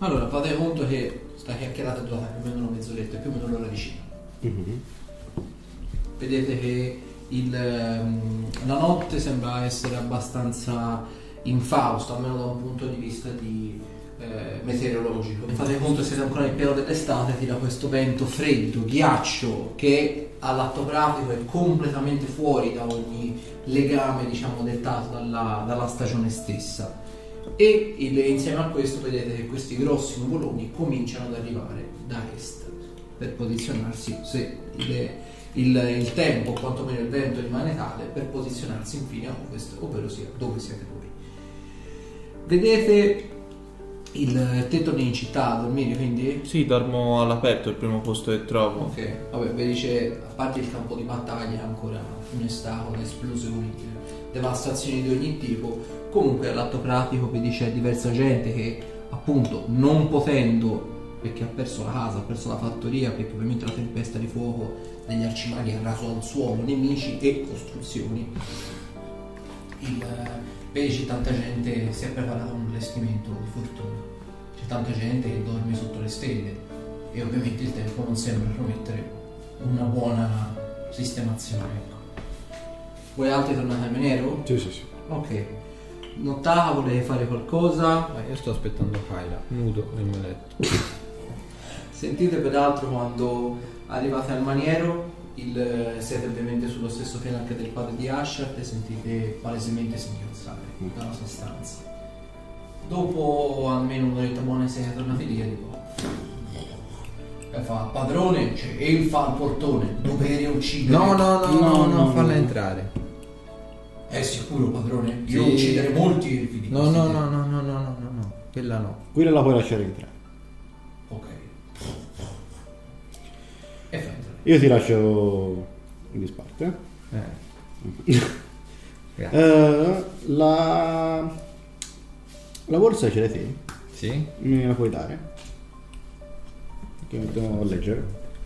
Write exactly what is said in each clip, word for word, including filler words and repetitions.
Allora, fate conto che sta chiacchierata è durata più o meno una mezz'oretta, più o meno l'ora di cena. Mm-hmm. Vedete che il, la notte sembra essere abbastanza infausta, almeno da un punto di vista di eh, meteorologico. Fate conto che siete ancora nel pieno dell'estate, tira questo vento freddo, ghiaccio, che all'atto pratico è completamente fuori da ogni legame, diciamo, dettato dalla, dalla stagione stessa. E il, insieme a questo vedete che questi grossi nuvoloni cominciano ad arrivare da est per posizionarsi, se il, il, il tempo, quantomeno il vento rimane tale, per posizionarsi infine a ovest, ovvero sia dove siete voi. Vedete il tetto in città a dormire, quindi? Sì, dormo all'aperto, il primo posto che trovo. Ok, vabbè, vi dice, a parte il campo di battaglia ancora funestato da esplosioni, devastazioni di ogni tipo. Comunque all'atto pratico vi dice diversa gente che appunto non potendo, perché ha perso la casa, ha perso la fattoria, perché ovviamente la tempesta di fuoco degli arcimaghi ha raso al suolo nemici e costruzioni, il, vedi tanta gente si è preparata un allestimento di fortuna, c'è tanta gente che dorme sotto le stelle e ovviamente il tempo non sembra promettere una buona sistemazione, ecco. Voi altri tornate al miniero? Sì, sì, sì. Ok. Nottata, volete fare qualcosa? Ma io sto aspettando Kyla, nudo nel mio letto. Sentite peraltro quando arrivate al maniero, il, siete ovviamente sullo stesso piano anche del padre di Ashart e sentite palesemente singhiozzare mm. dalla sua stanza. Dopo almeno un'oretta buona siete tornati lì e dico e fa, padrone, c'è Elfa al portone, dovere uccidere. No, no, no, no, no, no, no, falla entrare. È sicuro, padrone? Io sì. uccidere molti elfi di no, no, no, no, no, no, no, no, no, quella no. Quella la puoi lasciare entrare. Ok. E fa entrare. Io ti lascio in disparte. Eh. uh, la... la borsa ce l'hai te? Sì? Me la puoi dare? Che metto a leggere.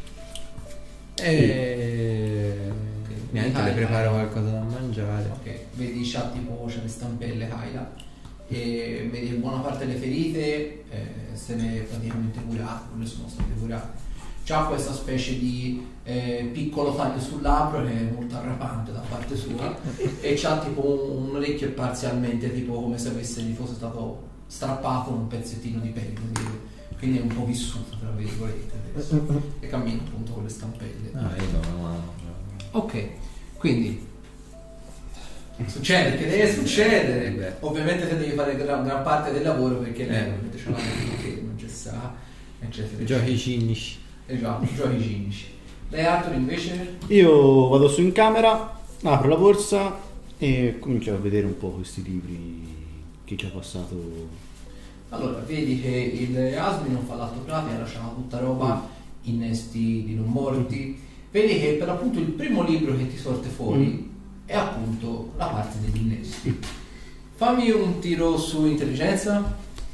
E... Niente, le preparo qualcosa da mangiare. Ok, vedi c'ha tipo c'è le stampelle Kyla e vedi che buona parte delle ferite eh, se ne è praticamente curate, quelle sono state curate. C'ha questa specie di eh, piccolo taglio sul labbro che è molto arrapante da parte sua e c'ha tipo un, un orecchio parzialmente tipo come se avesse gli fosse stato strappato un pezzettino di pelle, quindi è un po' vissuto tra virgolette adesso e cammina appunto con le stampelle. Ah, io do una mano. Ok, quindi succede che deve succedere. Eh ovviamente te devi fare gran, gran parte del lavoro perché lei eh. ovviamente c'è la mente che non c'è sta, eccetera. Giochi cinici. Esatto, giochi cinici. Lei Arthur invece? Io vado su in camera, apro la borsa e comincio a vedere un po' questi libri che ci ha passato. Allora, vedi che il Asmi non fa l'atto pratico, ha lasciato tutta roba, innesti di non morti. Vedi che per appunto il primo libro che ti sorte fuori mm. è appunto la parte degli innesti. Fammi un tiro su intelligenza.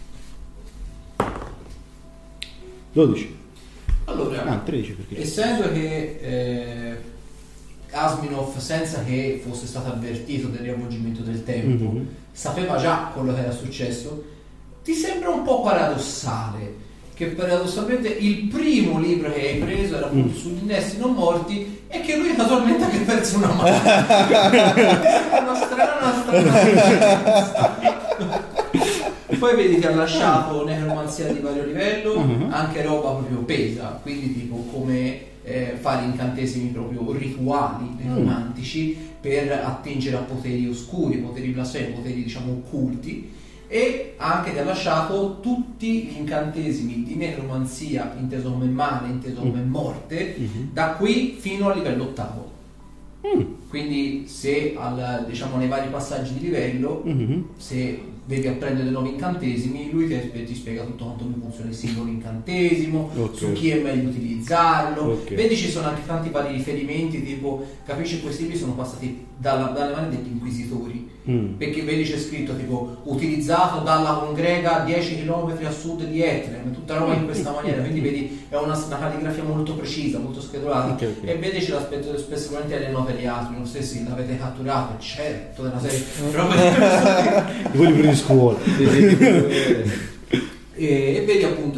dodici. Allora, ah, tredici perché essendo che eh, Asminov, senza che fosse stato avvertito del riavvolgimento del tempo, mm-hmm. sapeva già quello che era successo, ti sembra un po' paradossale che paradossalmente il primo libro che hai preso era appunto mm. sugli innesti non morti e che lui casualmente abbia perso una mano. È una strana strana poi vedi che ha lasciato necromanzia di vario livello, uh-huh. anche roba proprio pesa, quindi tipo come eh, fare incantesimi proprio rituali necromantici mm. per attingere a poteri oscuri, poteri blasfemi, poteri diciamo occulti. E anche ti ha lasciato tutti gli incantesimi di necromanzia, inteso come male, inteso come morte, mm-hmm. da qui fino al livello ottavo. Mm. Quindi se al, diciamo nei vari passaggi di livello, mm-hmm. se devi apprendere nuovi incantesimi, lui ti, ti spiega tutto quanto funziona il singolo incantesimo, okay. su chi è meglio utilizzarlo. Okay. Vedi ci sono anche tanti vari riferimenti, tipo capisci che questi libri sono passati dalla, dalle mani degli inquisitori, mm. perché vedi c'è scritto tipo utilizzato dalla congrega a dieci chilometri a sud di Etrem, tutta roba in questa maniera, quindi vedi è una, una calligrafia molto precisa, molto schedulata, okay, okay. e vedi c'è l'aspetto spesso volentieri le note di altri, non so se l'avete catturato, certo della serie proprio voi li prendi in scuola e, e vedi appunto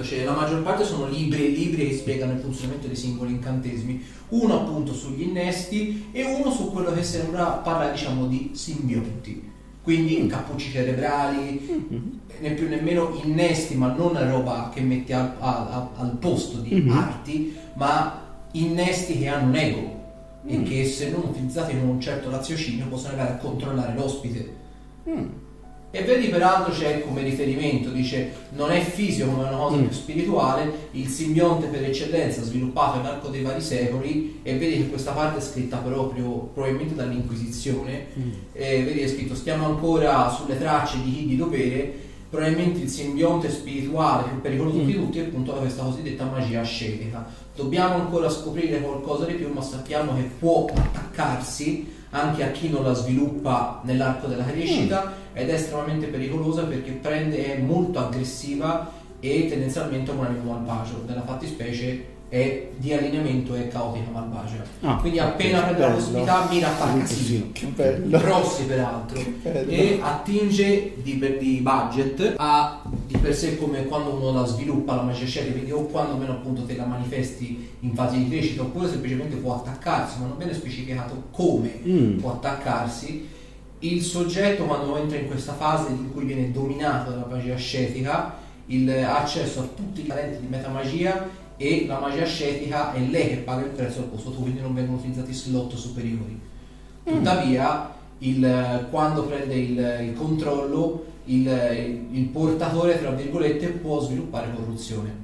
cioè, la maggior parte sono libri e libri che spiegano il funzionamento dei singoli incantesimi, uno appunto sugli innesti e uno su quello che sembra parlare, diciamo, di simbionti, quindi mm. cappucci cerebrali, mm-hmm. né più nemmeno innesti, ma non roba che metti al, al, al posto di mm-hmm. arti, ma innesti che hanno un ego mm. e che, se non utilizzati con un certo raziocinio, possono arrivare a controllare l'ospite. Mm. E vedi, peraltro c'è come riferimento, dice non è fisico ma è una cosa mm. più spirituale, il simbionte per eccellenza sviluppato nell'arco dei vari secoli, e vedi che questa parte è scritta proprio probabilmente dall'Inquisizione, mm. e vedi è scritto stiamo ancora sulle tracce di chi di dovere, probabilmente il simbionte spirituale più pericoloso mm. di tutti è appunto questa cosiddetta magia ascetica. Dobbiamo ancora scoprire qualcosa di più, ma sappiamo che può attaccarsi anche a chi non la sviluppa nell'arco della crescita, mm. ed è estremamente pericolosa perché prende, è molto aggressiva e tendenzialmente un animo malvagio, nella fattispecie è di allineamento è caotica malvagia. Ah, quindi appena prende la possibilità mira a casino, che bello, grossi peraltro, e attinge di, di budget a di per sé, come quando uno la sviluppa la magia ascetica, quindi o quando meno appunto te la manifesti in fase di crescita, oppure semplicemente può attaccarsi, ma non viene specificato come mm. può attaccarsi. Il soggetto, quando entra in questa fase in cui viene dominato dalla magia ascetica, il, ha accesso a tutti i talenti di metamagia, e la magia ascetica è lei che paga il prezzo al posto tuo, quindi non vengono utilizzati slot superiori. Tuttavia, il, quando prende il, il controllo, il, il portatore, tra virgolette, può sviluppare corruzione.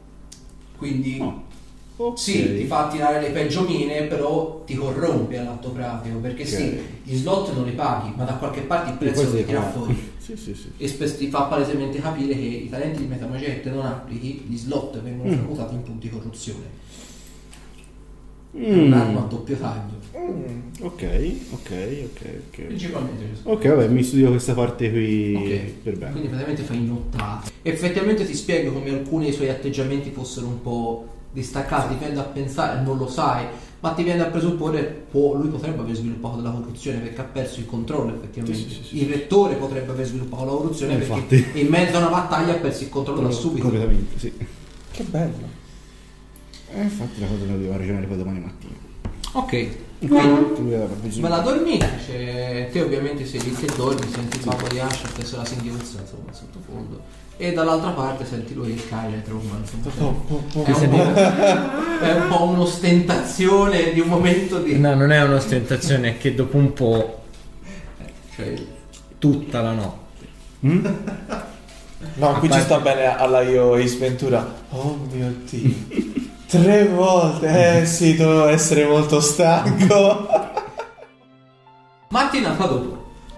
Quindi oh. Okay. Sì, ti fa tirare le peggio mine, però ti corrompe all'atto pratico, perché okay. sì, gli slot non li paghi, ma da qualche parte il prezzo lo tira fuori. Sì, sì, sì. E sp- ti fa palesemente capire che i talenti di metamagia che te non applichi, gli slot vengono mm. tramutati in punti di corruzione. Mm. È un'arma a doppio taglio. Mm. Ok, ok, ok, ok. Principalmente ok, vabbè, mi studio questa parte qui okay. per bene. Quindi praticamente fai nottate. Effettivamente ti spiego come alcuni dei suoi atteggiamenti fossero un po' distaccati, dipende a pensare, non lo sai, ma ti viene a presupporre può, lui potrebbe aver sviluppato della corruzione perché ha perso il controllo effettivamente. Sì, sì, sì, il rettore potrebbe aver sviluppato la corruzione eh, perché infatti. in mezzo a una battaglia ha perso il controllo da subito. Completamente, sì. Che bello. Eh, infatti la cosa la devo ragionare poi domani mattina. Ok, quindi me la dormite, cioè, te ovviamente sei lì che dormi, senti il papo di Asher che se la singhiozza insomma sottofondo, e dall'altra parte senti lui che cade e tromba, insomma, è, un po', è un po' un'ostentazione di un momento di... No, non è un'ostentazione, è che dopo un po' cioè tutta la notte mm? no, qui ci sta bene alla io Ace Ventura. Oh mio Dio, tre volte, eh sì, dovevo essere molto stanco. Mattinata dopo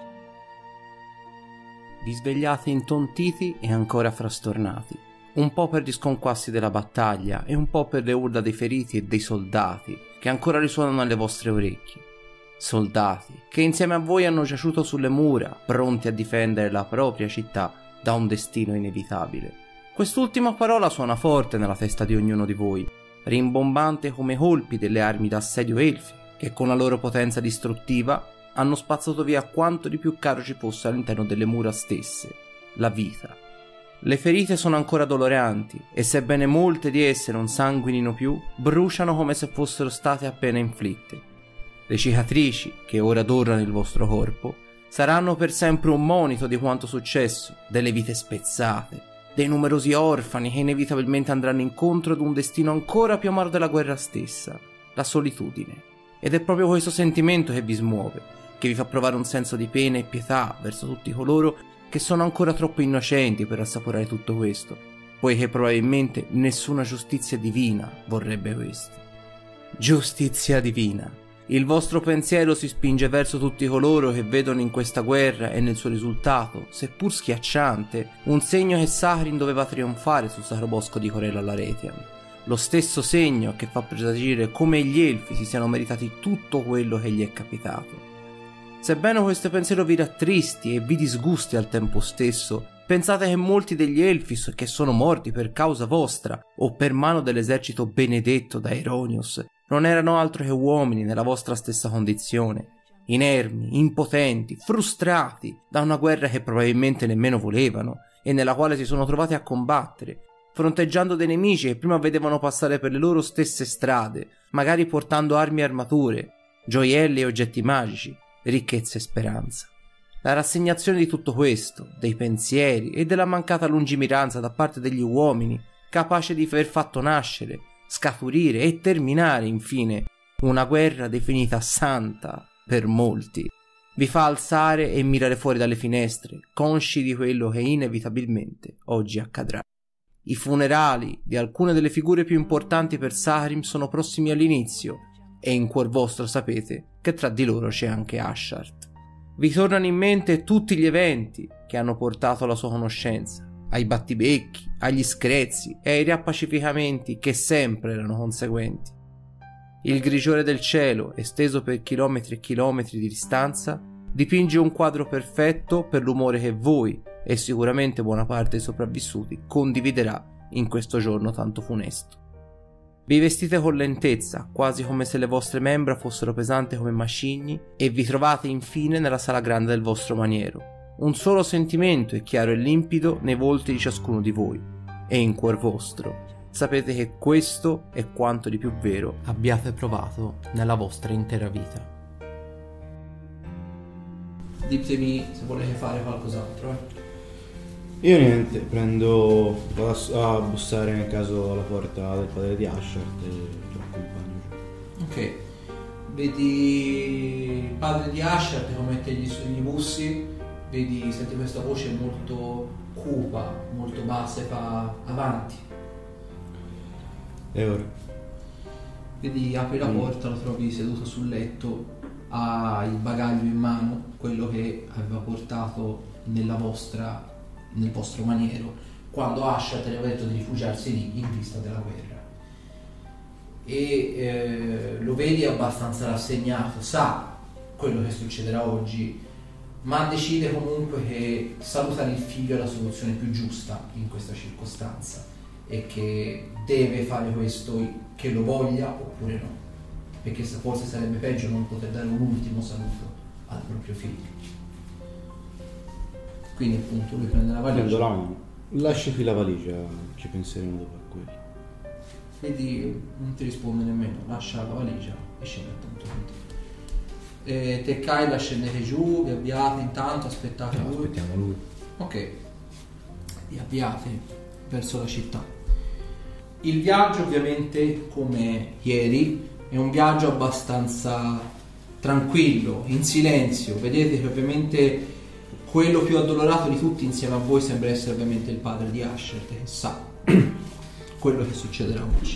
vi svegliate intontiti e ancora frastornati, un po' per gli sconquassi della battaglia e un po' per le urla dei feriti e dei soldati che ancora risuonano alle vostre orecchie. Soldati che insieme a voi hanno giaciuto sulle mura, pronti a difendere la propria città da un destino inevitabile. Quest'ultima parola suona forte nella testa di ognuno di voi, rimbombante come colpi delle armi d'assedio elfi che con la loro potenza distruttiva hanno spazzato via quanto di più caro ci fosse all'interno delle mura stesse, la vita. Le ferite sono ancora doloranti e sebbene molte di esse non sanguinino più, bruciano come se fossero state appena inflitte. Le cicatrici che ora adornano il vostro corpo saranno per sempre un monito di quanto successo, delle vite spezzate, dei numerosi orfani che inevitabilmente andranno incontro ad un destino ancora più amaro della guerra stessa, la solitudine. Ed è proprio questo sentimento che vi smuove, che vi fa provare un senso di pena e pietà verso tutti coloro che sono ancora troppo innocenti per assaporare tutto questo, poiché probabilmente nessuna giustizia divina vorrebbe questo. Giustizia divina. Il vostro pensiero si spinge verso tutti coloro che vedono in questa guerra e nel suo risultato, seppur schiacciante, un segno che Saharin doveva trionfare sul sacro bosco di Corella Laretian. Lo stesso segno che fa presagire come gli elfi si siano meritati tutto quello che gli è capitato. Sebbene questo pensiero vi rattristi e vi disgusti al tempo stesso, pensate che molti degli elfi che sono morti per causa vostra o per mano dell'esercito benedetto da Eronius non erano altro che uomini nella vostra stessa condizione, inermi, impotenti, frustrati da una guerra che probabilmente nemmeno volevano e nella quale si sono trovati a combattere, fronteggiando dei nemici che prima vedevano passare per le loro stesse strade, magari portando armi e armature, gioielli e oggetti magici, ricchezza e speranza. La rassegnazione di tutto questo, dei pensieri e della mancata lungimiranza da parte degli uomini, capace di aver fatto nascere, scaturire e terminare, infine, una guerra definita santa per molti, vi fa alzare e mirare fuori dalle finestre, consci di quello che inevitabilmente oggi accadrà. I funerali di alcune delle figure più importanti per Saharim sono prossimi all'inizio, e in cuor vostro sapete che tra di loro c'è anche Ashart. Vi tornano in mente tutti gli eventi che hanno portato alla sua conoscenza, ai battibecchi, agli screzi e ai riappacificamenti che sempre erano conseguenti. Il grigiore del cielo, esteso per chilometri e chilometri di distanza, dipinge un quadro perfetto per l'umore che voi, e sicuramente buona parte dei sopravvissuti, condividerà in questo giorno tanto funesto. Vi vestite con lentezza, quasi come se le vostre membra fossero pesanti come macigni, e vi trovate infine nella sala grande del vostro maniero. Un solo sentimento è chiaro e limpido nei volti di ciascuno di voi, e in cuor vostro sapete che questo è quanto di più vero abbiate provato nella vostra intera vita. Ditemi se volete fare qualcos'altro, eh. Io niente, prendo, vado a, a bussare nel caso alla porta del padre di Ashart e lo accompagno. Ok, vedi il padre di Ashart che mette gli, gli bussi, vedi, senti questa voce molto cupa, molto bassa e fa avanti. E ora? Vedi, apri la porta, lo trovi seduto sul letto, ha il bagaglio in mano, quello che aveva portato nella vostra, nel vostro maniero, quando Ashart gli aveva detto di rifugiarsi lì in vista della guerra. E eh, lo vedi abbastanza rassegnato, sa quello che succederà oggi, ma decide comunque che salutare il figlio è la soluzione più giusta in questa circostanza e che deve fare questo, che lo voglia oppure no, perché forse sarebbe peggio non poter dare un ultimo saluto al proprio figlio. Quindi appunto lui prende la valigia. Prendo la mano. Lasci qui la valigia, ci penseremo dopo a quelli. Vedi, non ti risponde nemmeno, lascia la valigia e scende tanto con te. E te e Kyla scendete giù, vi avviate intanto, aspettate No, lui. aspettiamo lui. Ok, vi avviate verso la città. Il viaggio ovviamente come ieri è un viaggio abbastanza tranquillo, in silenzio. Vedete che ovviamente quello più addolorato di tutti insieme a voi sembra essere ovviamente il padre di Ashert, che sa quello che succederà oggi.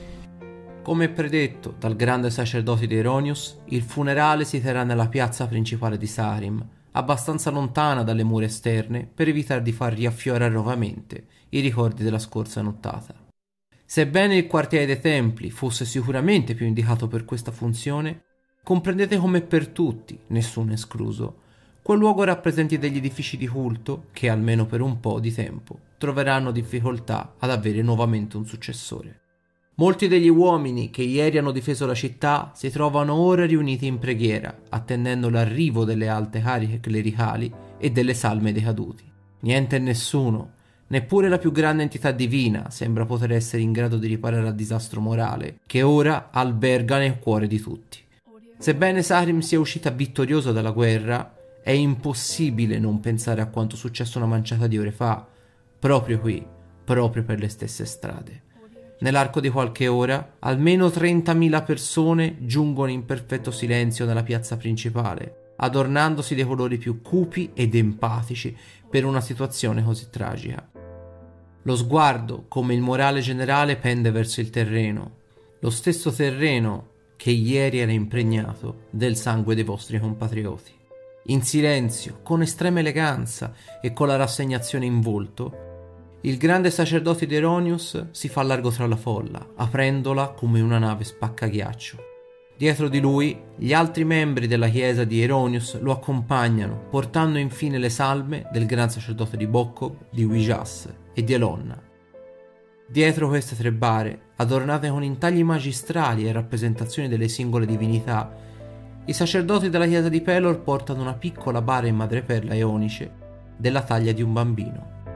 Come predetto dal grande sacerdote di Eronius, il funerale si terrà nella piazza principale di Saharim, abbastanza lontana dalle mura esterne per evitare di far riaffiorare nuovamente i ricordi della scorsa nottata. Sebbene il quartiere dei Templi fosse sicuramente più indicato per questa funzione, comprendete come per tutti, nessuno escluso, quel luogo rappresenti degli edifici di culto che, almeno per un po' di tempo, troveranno difficoltà ad avere nuovamente un successore. Molti degli uomini che ieri hanno difeso la città si trovano ora riuniti in preghiera, attendendo l'arrivo delle alte cariche clericali e delle salme dei caduti. Niente e nessuno, neppure la più grande entità divina, sembra poter essere in grado di riparare al disastro morale che ora alberga nel cuore di tutti. Sebbene Saharim sia uscita vittoriosa dalla guerra, è impossibile non pensare a quanto successo una manciata di ore fa, proprio qui, proprio per le stesse strade. Nell'arco di qualche ora, almeno trentamila persone giungono in perfetto silenzio nella piazza principale, adornandosi dei colori più cupi ed empatici per una situazione così tragica. Lo sguardo, come il morale generale, pende verso il terreno, lo stesso terreno che ieri era impregnato del sangue dei vostri compatrioti. In silenzio, con estrema eleganza e con la rassegnazione in volto, il grande sacerdote di Eronius si fa largo tra la folla, aprendola come una nave spaccaghiaccio. Dietro di lui, gli altri membri della chiesa di Eronius lo accompagnano, portando infine le salme del gran sacerdote di Bokkov, di Wijas e di Elonna. Dietro queste tre bare, adornate con intagli magistrali e rappresentazioni delle singole divinità, i sacerdoti della chiesa di Pelor portano una piccola bara in madreperla e onice della taglia di un bambino.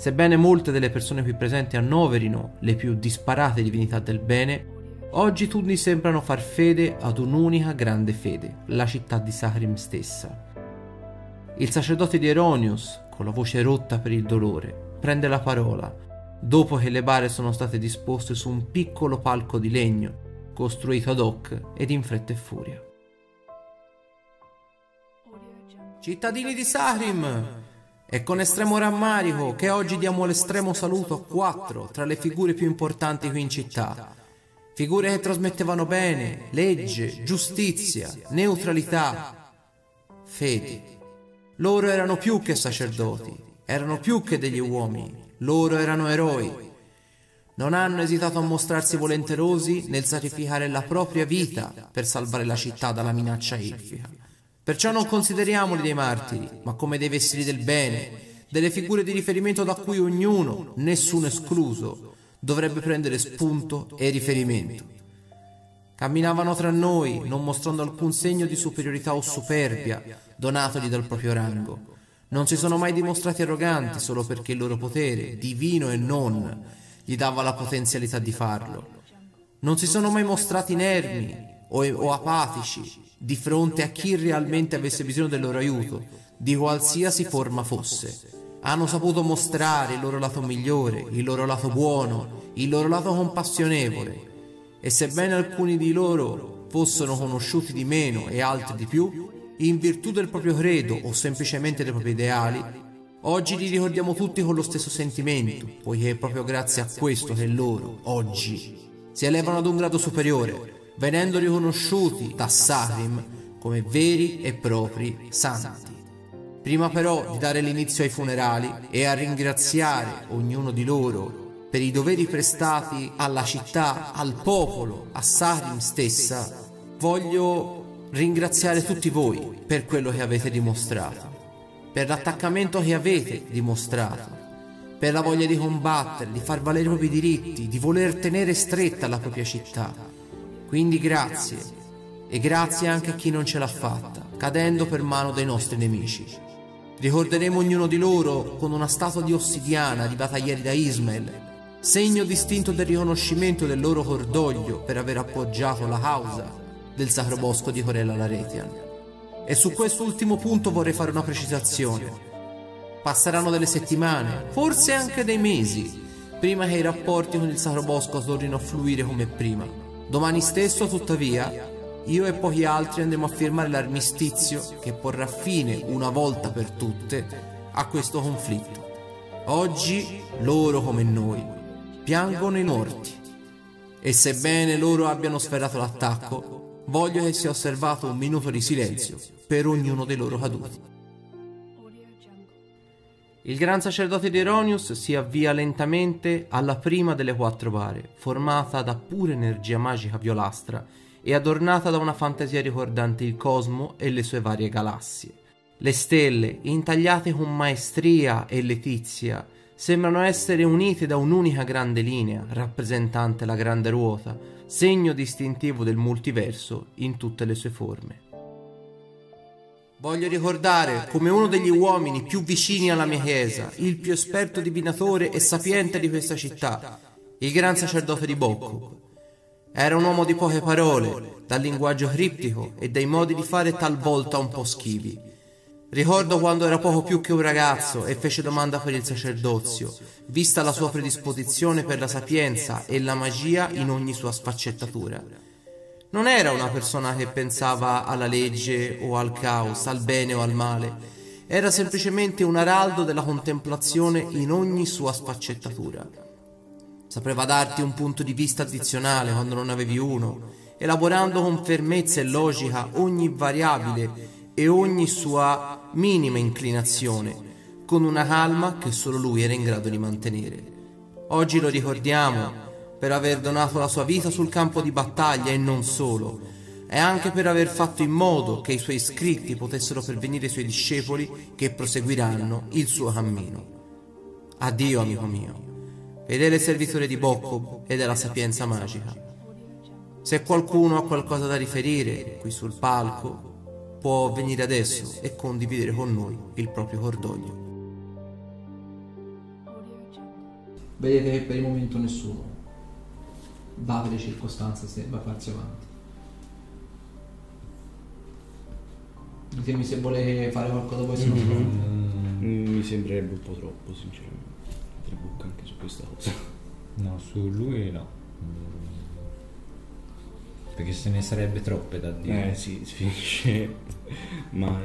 Sebbene molte delle persone qui presenti annoverino le più disparate divinità del bene, oggi tutti sembrano far fede ad un'unica grande fede, la città di Saharim stessa. Il sacerdote di Eronius, con la voce rotta per il dolore, prende la parola dopo che le bare sono state disposte su un piccolo palco di legno costruito ad hoc ed in fretta e furia. Cittadini di Saharim, è con estremo rammarico che oggi diamo l'estremo saluto a quattro tra le figure più importanti qui in città. Figure che trasmettevano bene, legge, giustizia, neutralità, fede. Loro erano più che sacerdoti, erano più che degli uomini, loro erano eroi. Non hanno esitato a mostrarsi volenterosi nel sacrificare la propria vita per salvare la città dalla minaccia elfica. Perciò non consideriamoli dei martiri, ma come dei vestiti del bene, delle figure di riferimento da cui ognuno, nessuno escluso, dovrebbe prendere spunto e riferimento. Camminavano tra noi, non mostrando alcun segno di superiorità o superbia donatogli dal proprio rango. Non si sono mai dimostrati arroganti solo perché il loro potere, divino e non, gli dava la potenzialità di farlo. Non si sono mai mostrati inermi o, o apatici di fronte a chi realmente avesse bisogno del loro aiuto, di qualsiasi forma fosse. Hanno saputo mostrare il loro lato migliore, il loro lato buono, il loro lato compassionevole. E sebbene alcuni di loro fossero conosciuti di meno e altri di più, in virtù del proprio credo o semplicemente dei propri ideali, oggi li ricordiamo tutti con lo stesso sentimento, poiché è proprio grazie a questo che loro, oggi, si elevano ad un grado superiore, venendo riconosciuti da Saharim come veri e propri santi. Prima però di dare l'inizio ai funerali e a ringraziare ognuno di loro per i doveri prestati alla città, al popolo, a Saharim stessa, voglio ringraziare tutti voi per quello che avete dimostrato, per l'attaccamento che avete dimostrato, per la voglia di combattere, di far valere i propri diritti, di voler tenere stretta la propria città. Quindi grazie, e grazie anche a chi non ce l'ha fatta, cadendo per mano dei nostri nemici. Ricorderemo ognuno di loro con una statua di ossidiana arrivata ieri da Ismael, segno distinto del riconoscimento del loro cordoglio per aver appoggiato la causa del Sacro Bosco di Corella Laretian. E su quest'ultimo punto vorrei fare una precisazione. Passeranno delle settimane, forse anche dei mesi, prima che i rapporti con il Sacro Bosco tornino a fluire come prima. Domani stesso, tuttavia, io e pochi altri andremo a firmare l'armistizio che porrà fine, una volta per tutte, a questo conflitto. Oggi, loro come noi, piangono i morti. E sebbene loro abbiano sferrato l'attacco, voglio che sia osservato un minuto di silenzio per ognuno dei loro caduti. Il gran sacerdote di Eronius si avvia lentamente alla prima delle quattro bare, formata da pura energia magica violastra e adornata da una fantasia ricordante il cosmo e le sue varie galassie. Le stelle, intagliate con maestria e letizia, sembrano essere unite da un'unica grande linea, rappresentante la grande ruota, segno distintivo del multiverso in tutte le sue forme. Voglio ricordare come uno degli uomini più vicini alla mia chiesa, il più esperto divinatore e sapiente di questa città, il gran sacerdote di Bocco. Era un uomo di poche parole, dal linguaggio criptico e dai modi di fare talvolta un po' schivi. Ricordo quando era poco più che un ragazzo e fece domanda per il sacerdozio, vista la sua predisposizione per la sapienza e la magia in ogni sua sfaccettatura. Non era una persona che pensava alla legge o al caos, al bene o al male. Era semplicemente un araldo della contemplazione in ogni sua sfaccettatura. Sapeva darti un punto di vista addizionale quando non avevi uno, elaborando con fermezza e logica ogni variabile e ogni sua minima inclinazione, con una calma che solo lui era in grado di mantenere. Oggi lo ricordiamo per aver donato la sua vita sul campo di battaglia e non solo, e anche per aver fatto in modo che i suoi iscritti potessero pervenire ai suoi discepoli che proseguiranno il suo cammino. Addio, amico mio, fedele servitore di Boccob e della sapienza magica. Se qualcuno ha qualcosa da riferire qui sul palco, può venire adesso e condividere con noi il proprio cordoglio. Vedete che per il momento nessuno, date le circostanze, se va a farsi avanti. Ditemi se volete fare qualcosa voi, se no Mm, mi sembrerebbe un po' troppo, sinceramente. Trabucca anche su questa cosa. No, su lui no. Mm. Perché se ne sarebbe troppe da dire. Eh sì, si finisce mai.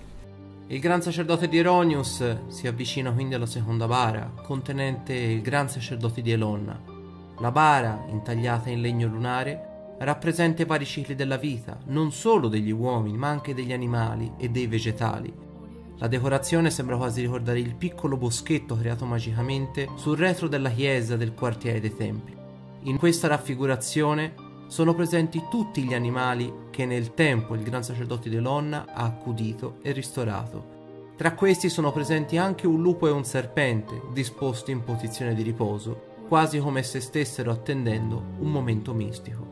Il gran sacerdote di Eronius si avvicina quindi alla seconda bara, contenente il gran sacerdote di Elonna. La bara, intagliata in legno lunare, rappresenta i vari cicli della vita, non solo degli uomini, ma anche degli animali e dei vegetali. La decorazione sembra quasi ricordare il piccolo boschetto creato magicamente sul retro della chiesa del quartiere dei Templi. In questa raffigurazione sono presenti tutti gli animali che nel tempo il gran sacerdote di Elonna ha accudito e ristorato. Tra questi sono presenti anche un lupo e un serpente, disposti in posizione di riposo, quasi come se stessero attendendo un momento mistico.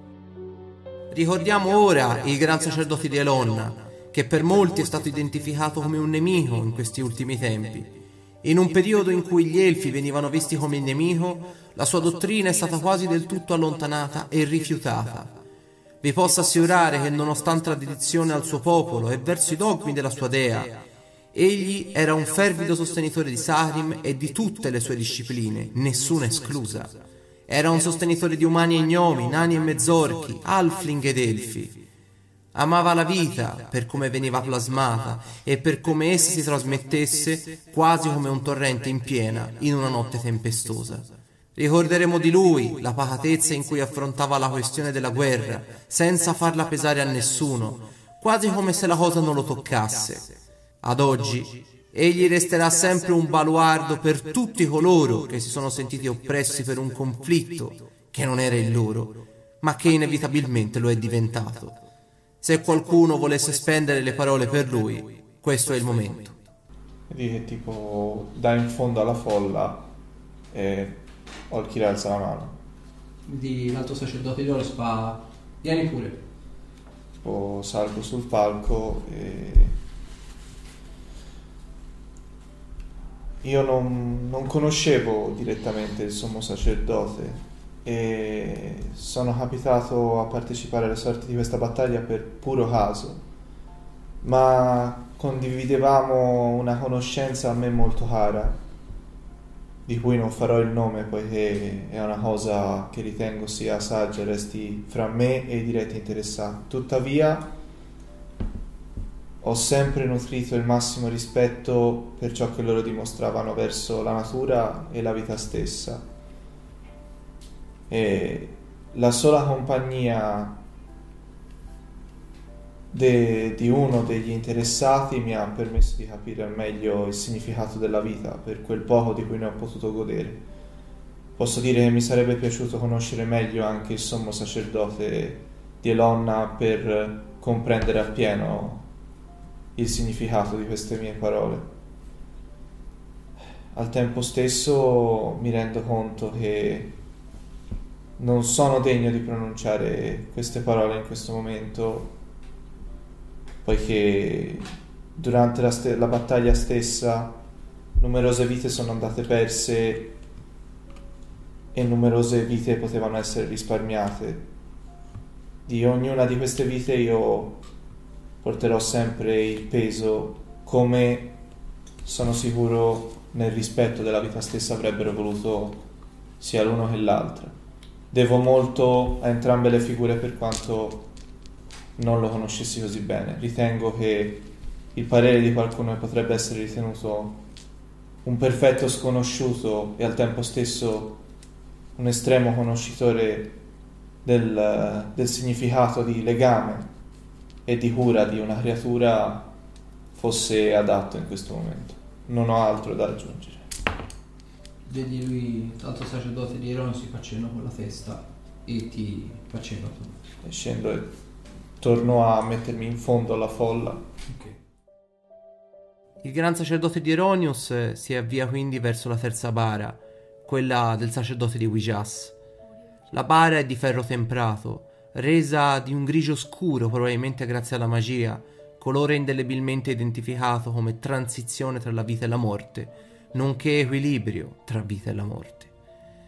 Ricordiamo ora il gran sacerdote di Elonna, che per molti è stato identificato come un nemico in questi ultimi tempi. In un periodo in cui gli elfi venivano visti come il nemico, la sua dottrina è stata quasi del tutto allontanata e rifiutata. Vi posso assicurare che nonostante la dedizione al suo popolo e verso i dogmi della sua dea, egli era un fervido sostenitore di Sarim e di tutte le sue discipline, nessuna esclusa. Era un sostenitore di umani e gnomi, nani e mezzorchi, halfling ed elfi. Amava la vita per come veniva plasmata e per come essa si trasmettesse quasi come un torrente in piena in una notte tempestosa. Ricorderemo di lui la pacatezza in cui affrontava la questione della guerra senza farla pesare a nessuno, quasi come se la cosa non lo toccasse. Ad oggi egli resterà sempre un baluardo per tutti coloro che si sono sentiti oppressi per un conflitto che non era il loro, ma che inevitabilmente lo è diventato. Se qualcuno volesse spendere le parole per lui, questo è il momento. Vedi che tipo da in fondo alla folla e Olkir alza la mano. Di l'altro sacerdote di Horus fa: vieni pure. Tipo salgo sul palco e io non, non conoscevo direttamente il sommo sacerdote e sono capitato a partecipare alle sorti di questa battaglia per puro caso, ma condividevamo una conoscenza a me molto cara, di cui non farò il nome poiché è una cosa che ritengo sia saggia resti fra me e i diretti interessati. Tuttavia ho sempre nutrito il massimo rispetto per ciò che loro dimostravano verso la natura e la vita stessa, e la sola compagnia de, di uno degli interessati mi ha permesso di capire al meglio il significato della vita per quel poco di cui ne ho potuto godere. Posso dire che mi sarebbe piaciuto conoscere meglio anche il sommo sacerdote di Elonna per comprendere appieno il significato di queste mie parole. Al tempo stesso mi rendo conto che non sono degno di pronunciare queste parole in questo momento, poiché durante la, st- la battaglia stessa numerose vite sono andate perse e numerose vite potevano essere risparmiate. Di ognuna di queste vite io porterò sempre il peso, come sono sicuro nel rispetto della vita stessa avrebbero voluto sia l'uno che l'altra. Devo molto a entrambe le figure per quanto non lo conoscessi così bene. Ritengo che il parere di qualcuno che potrebbe essere ritenuto un perfetto sconosciuto e al tempo stesso un estremo conoscitore del, del significato di legame e di cura di una creatura fosse adatto in questo momento. Non ho altro da aggiungere. Vedi lui, l'altro sacerdote di Eronius, si fa cenno con la testa e ti fa cenno tu. E scendo e torno a mettermi in fondo alla folla. Ok. Il gran sacerdote di Eronius si avvia quindi verso la terza bara, quella del sacerdote di Wijas. La bara è di ferro temprato, resa di un grigio scuro probabilmente grazie alla magia, colore indelebilmente identificato come transizione tra la vita e la morte, nonché equilibrio tra vita e la morte.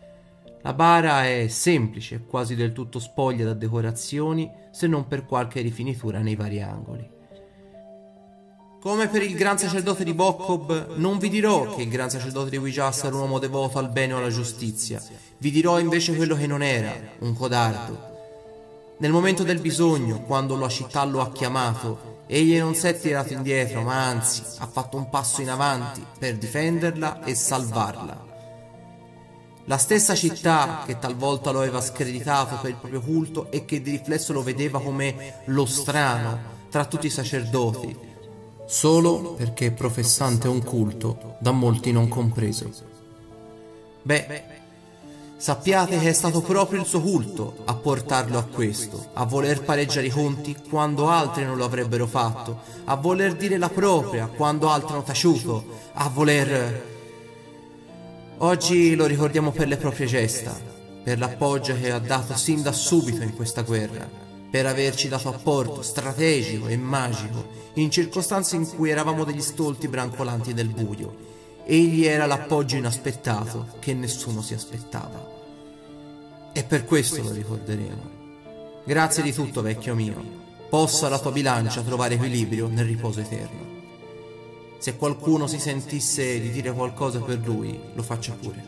La bara è semplice, quasi del tutto spoglia da decorazioni, se non per qualche rifinitura nei vari angoli. Come per il gran sacerdote di Bokob, non vi dirò che il gran sacerdote di Wijasa era un uomo devoto al bene o alla giustizia, vi dirò invece quello che non era, un codardo. Nel momento del bisogno, quando la città lo ha chiamato, egli non si è tirato indietro, ma anzi ha fatto un passo in avanti per difenderla e salvarla. La stessa città che talvolta lo aveva screditato per il proprio culto e che di riflesso lo vedeva come lo strano tra tutti i sacerdoti, solo perché professante un culto da molti non compreso. Beh, sappiate che è stato proprio il suo culto a portarlo a questo, a voler pareggiare i conti quando altri non lo avrebbero fatto, a voler dire la propria quando altri hanno taciuto, a voler... Oggi lo ricordiamo per le proprie gesta, per l'appoggio che ha dato sin da subito in questa guerra, per averci dato apporto strategico e magico in circostanze in cui eravamo degli stolti brancolanti nel buio. Egli era l'appoggio inaspettato che nessuno si aspettava. E per questo lo ricorderemo. Grazie di tutto, vecchio mio. Possa la tua bilancia trovare equilibrio nel riposo eterno. Se qualcuno si sentisse di dire qualcosa per lui, lo faccia pure.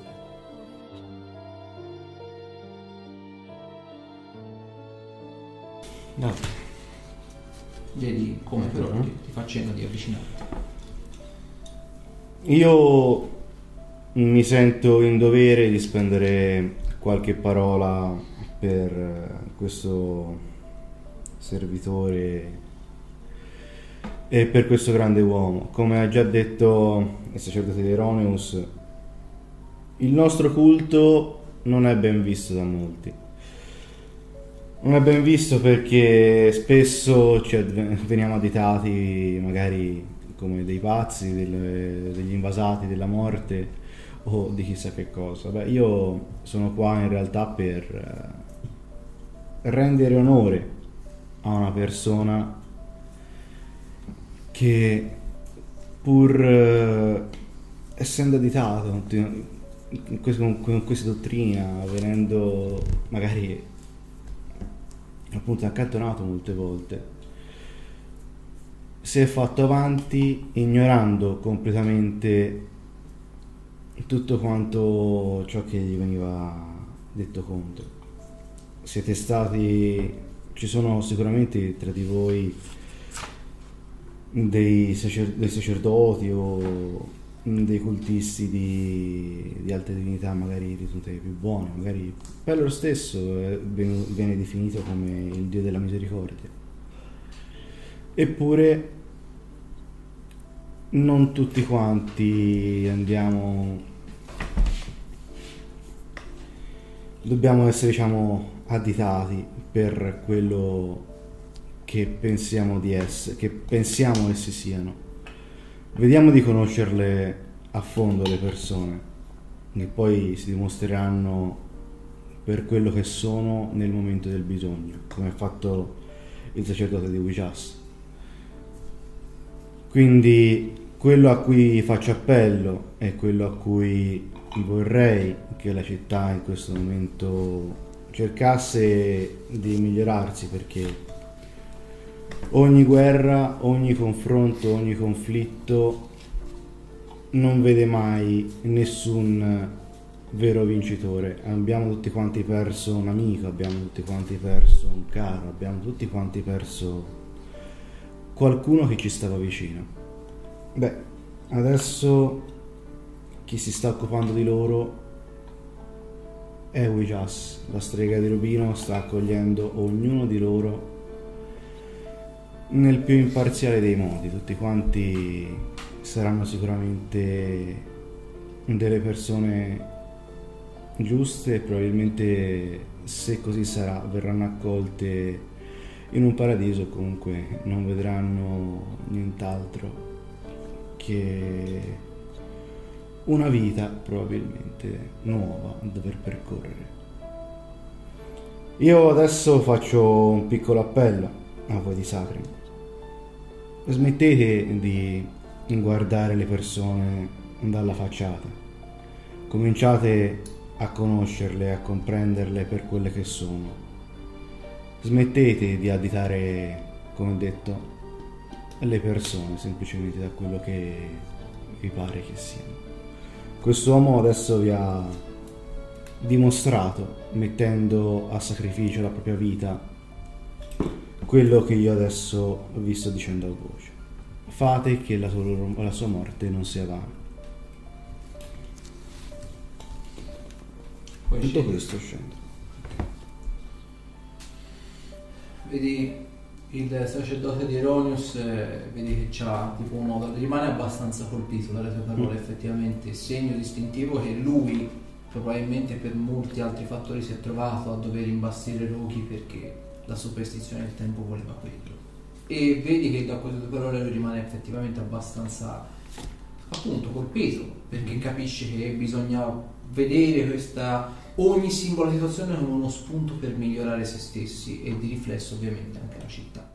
No. Vedi come però ti, ti fa cenno di avvicinarti. Io mi sento in dovere di spendere qualche parola per questo servitore e per questo grande uomo. Come ha già detto il sacerdote di Erroneus, il nostro culto non è ben visto da molti. Non è ben visto perché spesso ci veniamo additati magari come dei pazzi, delle, degli invasati della morte o di chissà che cosa. Beh, io sono qua in realtà per rendere onore a una persona che, pur eh, essendo additato in questo, con questa dottrina, venendo magari appunto accantonato molte volte, si è fatto avanti ignorando completamente tutto quanto ciò che gli veniva detto contro. Siete stati, ci sono sicuramente tra di voi dei, sacer, dei sacerdoti o dei cultisti di, di altre divinità magari ritenute più buone, magari per loro stesso viene, viene definito come il dio della misericordia. Eppure non tutti quanti andiamo, dobbiamo essere, diciamo, additati per quello che pensiamo di essere, che pensiamo essi siano. Vediamo di conoscerle a fondo le persone, che poi si dimostreranno per quello che sono nel momento del bisogno, come ha fatto il sacerdote di Wijasa. Quindi quello a cui faccio appello è quello a cui vorrei che la città in questo momento cercasse di migliorarsi, perché ogni guerra, ogni confronto, ogni conflitto non vede mai nessun vero vincitore. Abbiamo tutti quanti perso un amico, abbiamo tutti quanti perso un caro, abbiamo tutti quanti perso qualcuno che ci stava vicino. Beh, adesso chi si sta occupando di loro è Wijasa. La strega di Rubino sta accogliendo ognuno di loro nel più imparziale dei modi. Tutti quanti saranno sicuramente delle persone giuste e probabilmente, se così sarà, verranno accolte in un paradiso o comunque non vedranno nient'altro che una vita probabilmente nuova da dover percorrere. Io adesso faccio un piccolo appello a voi di Sacrim. Smettete di guardare le persone dalla facciata, cominciate a conoscerle, a comprenderle per quelle che sono. Smettete di additare, come ho detto, le persone semplicemente da quello che vi pare che siano. Quest'uomo adesso vi ha dimostrato, mettendo a sacrificio la propria vita, quello che io adesso vi sto dicendo a voce. Fate che la sua, la sua morte non sia vana. Poi Tutto scendi. questo scende. Vedi il sacerdote di Eronius, eh, vedi che c'ha tipo un modo, rimane abbastanza colpito dalle tue parole, Mm. effettivamente segno distintivo che lui probabilmente per molti altri fattori si è trovato a dover imbastire roghi perché la superstizione del tempo voleva quello. E vedi che da queste due parole lui rimane effettivamente abbastanza appunto colpito, perché capisce che bisogna vedere questa ogni singola situazione come uno spunto per migliorare se stessi e di riflesso ovviamente anche la città.